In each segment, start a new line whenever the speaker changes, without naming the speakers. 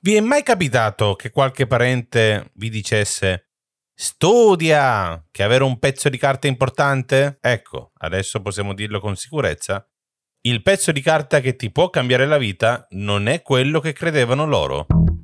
Vi è mai capitato che qualche parente vi dicesse «Studia, che avere un pezzo di carta è importante»? Ecco, adesso possiamo dirlo con sicurezza. Il pezzo di carta che ti può cambiare la vita non è quello che credevano loro.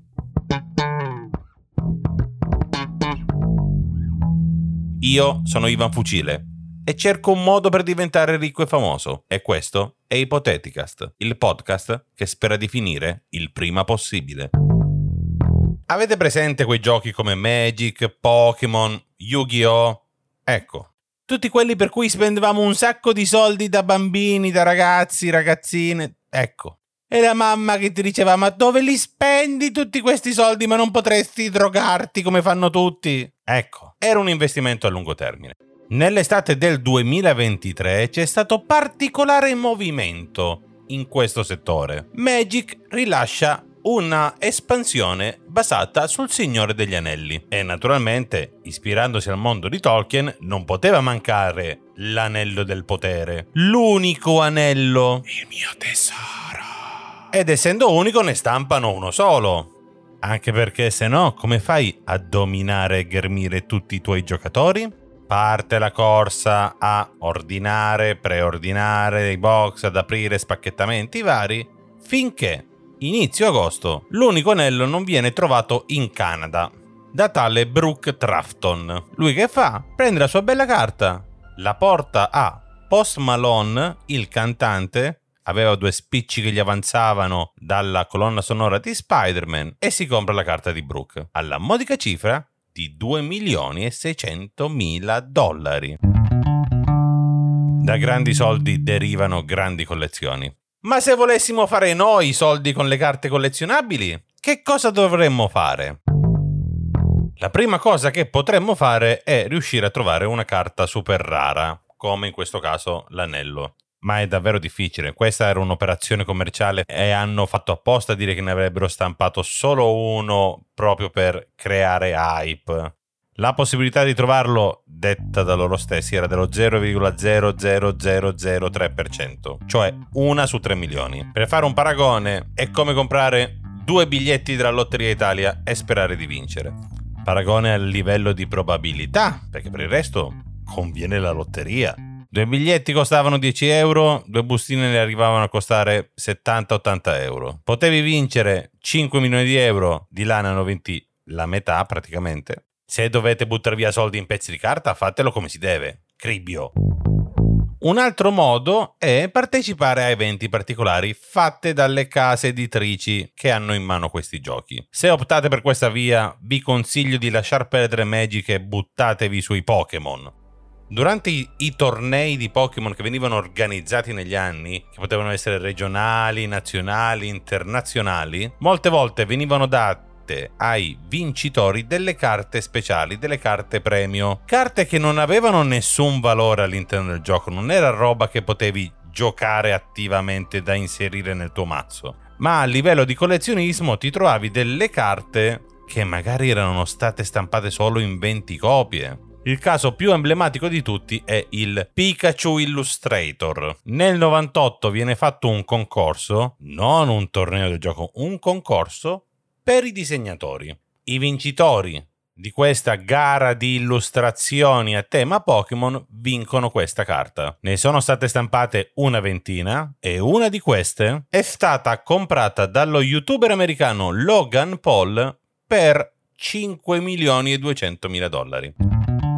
Io sono Ivan Fucile e cerco un modo per diventare ricco e famoso, e questo è Ipoteticast, il podcast che spera di finire il prima possibile. Avete presente quei giochi come Magic, Pokémon, Yu-Gi-Oh? Ecco, tutti quelli per cui spendevamo un sacco di soldi da bambini, da ragazzi, ragazzine, ecco. E la mamma che ti diceva «Ma dove li spendi tutti questi soldi, ma non potresti drogarti come fanno tutti?» Ecco, era un investimento a lungo termine. Nell'estate del 2023 c'è stato particolare movimento in questo settore. Magic rilascia una espansione basata sul Signore degli Anelli e naturalmente, ispirandosi al mondo di Tolkien, non poteva mancare l'anello del potere, l'unico anello, il mio tesoro. Ed essendo unico ne stampano uno solo. Anche perché se no, come fai a dominare e ghermire tutti i tuoi giocatori? Parte la corsa a ordinare, preordinare i box, ad aprire spacchettamenti vari, finché inizio agosto l'unico anello non viene trovato in Canada da tale Brooke Trafton. Lui che fa? Prende la sua bella carta, la porta a Post Malone, il cantante, aveva 2 spicci che gli avanzavano dalla colonna sonora di Spider-Man, e si compra la carta di Brooke alla modica cifra di $2.600.000. Da grandi soldi derivano grandi collezioni. Ma se volessimo fare noi i soldi con le carte collezionabili, che cosa dovremmo fare? La prima cosa che potremmo fare è riuscire a trovare una carta super rara, come in questo caso l'anello. Ma è davvero difficile. Questa era un'operazione commerciale e hanno fatto apposta a dire che ne avrebbero stampato solo uno proprio per creare hype. La possibilità di trovarlo, detta da loro stessi, era dello 0,00003%, cioè 1 su 3 milioni. Per fare un paragone, è come comprare 2 biglietti della Lotteria Italia e sperare di vincere. Paragone a livello di probabilità, perché per il resto conviene la lotteria. 2 biglietti costavano 10 euro, 2 bustine ne arrivavano a costare 70-80 euro. Potevi vincere 5 milioni di euro, di là ne hanno vinti la metà praticamente. Se dovete buttare via soldi in pezzi di carta, fatelo come si deve. Cribbio. Un altro modo è partecipare a eventi particolari fatte dalle case editrici che hanno in mano questi giochi. Se optate per questa via, vi consiglio di lasciar perdere Magic e buttatevi sui Pokémon. Durante i tornei di Pokémon che venivano organizzati negli anni, che potevano essere regionali, nazionali, internazionali, molte volte venivano date ai vincitori delle carte speciali, delle carte premio, carte che non avevano nessun valore all'interno del gioco, non era roba che potevi giocare attivamente da inserire nel tuo mazzo, ma a livello di collezionismo ti trovavi delle carte che magari erano state stampate solo in 20 copie. Il caso più emblematico di tutti è il Pikachu Illustrator. Nel 98 viene fatto un concorso, non un torneo del gioco, un concorso per i disegnatori. I vincitori di questa gara di illustrazioni a tema Pokémon vincono questa carta. Ne sono state stampate una ventina e una di queste è stata comprata dallo youtuber americano Logan Paul per $5.200.000.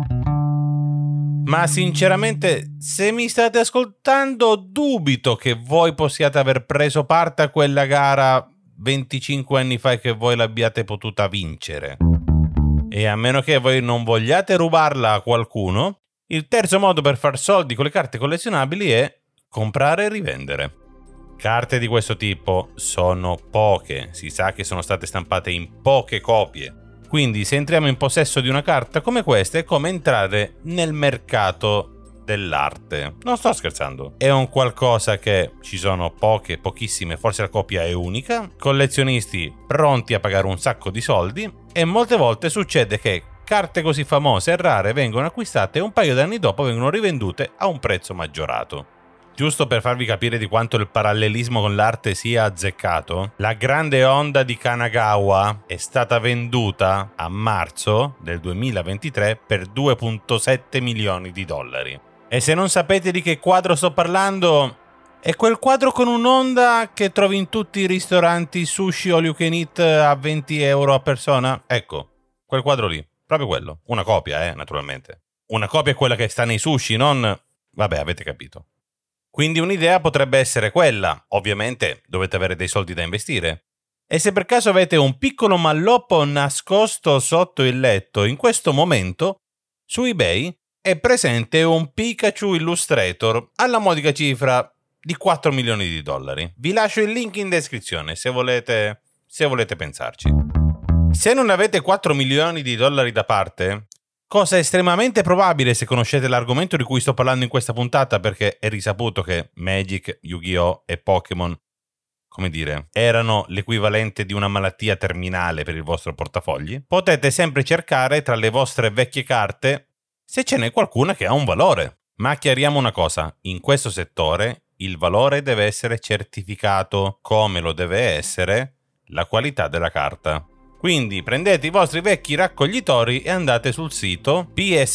Ma sinceramente, se mi state ascoltando, dubito che voi possiate aver preso parte a quella gara 25 anni fa e che voi l'abbiate potuta vincere. E a meno che voi non vogliate rubarla a qualcuno, il terzo modo per far soldi con le carte collezionabili è comprare e rivendere. Carte di questo tipo sono poche, si sa che sono state stampate in poche copie. Quindi se entriamo in possesso di una carta come questa è come entrare nel mercato dell'arte. Non sto scherzando. È un qualcosa che ci sono pochissime, forse la copia è unica, collezionisti pronti a pagare un sacco di soldi, e molte volte succede che carte così famose e rare vengono acquistate e un paio d'anni dopo vengono rivendute a un prezzo maggiorato. Giusto per farvi capire di quanto il parallelismo con l'arte sia azzeccato, la grande onda di Kanagawa è stata venduta a marzo del 2023 per 2,7 milioni di dollari. E se non sapete di che quadro sto parlando, è quel quadro con un'onda che trovi in tutti i ristoranti sushi all you can eat a 20 euro a persona. Ecco, quel quadro lì, proprio quello. Una copia, naturalmente. Una copia è quella che sta nei sushi, non... Vabbè, avete capito. Quindi un'idea potrebbe essere quella. Ovviamente dovete avere dei soldi da investire. E se per caso avete un piccolo malloppo nascosto sotto il letto, in questo momento, su eBay è presente un Pikachu Illustrator alla modica cifra di 4 milioni di dollari. Vi lascio il link in descrizione se volete pensarci. Se non avete 4 milioni di dollari da parte, cosa estremamente probabile se conoscete l'argomento di cui sto parlando in questa puntata, perché è risaputo che Magic, Yu-Gi-Oh! E Pokémon, come dire, erano l'equivalente di una malattia terminale per il vostro portafogli, potete sempre cercare tra le vostre vecchie carte se ce n'è qualcuna che ha un valore. Ma chiariamo una cosa, in questo settore il valore deve essere certificato, come lo deve essere la qualità della carta. Quindi prendete i vostri vecchi raccoglitori e andate sul sito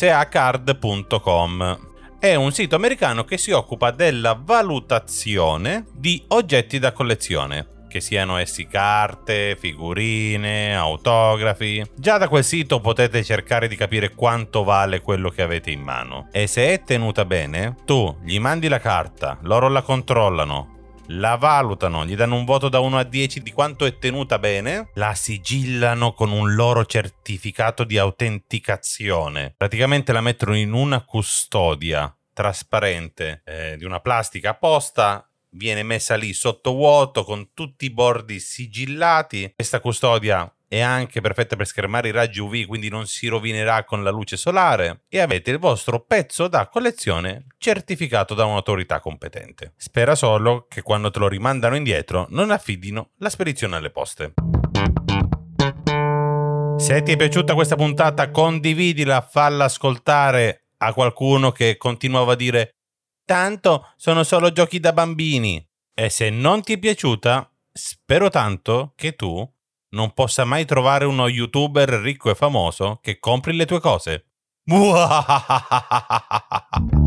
psacard.com. È un sito americano che si occupa della valutazione di oggetti da collezione, che siano essi carte, figurine, autografi. Già da quel sito potete cercare di capire quanto vale quello che avete in mano. E se è tenuta bene, tu gli mandi la carta, loro la controllano, la valutano, gli danno un voto da 1 a 10 di quanto è tenuta bene, la sigillano con un loro certificato di autenticazione. Praticamente la mettono in una custodia trasparente di una plastica apposta, viene messa lì sotto vuoto con tutti i bordi sigillati. Questa custodia è anche perfetta per schermare i raggi UV, quindi non si rovinerà con la luce solare, e avete il vostro pezzo da collezione certificato da un'autorità competente. Spera solo che quando te lo rimandano indietro non affidino la spedizione alle poste. Se ti è piaciuta questa puntata, condividila, falla ascoltare a qualcuno che continuava a dire tanto sono solo giochi da bambini. E se non ti è piaciuta, spero tanto che tu non possa mai trovare uno youtuber ricco e famoso che compri le tue cose.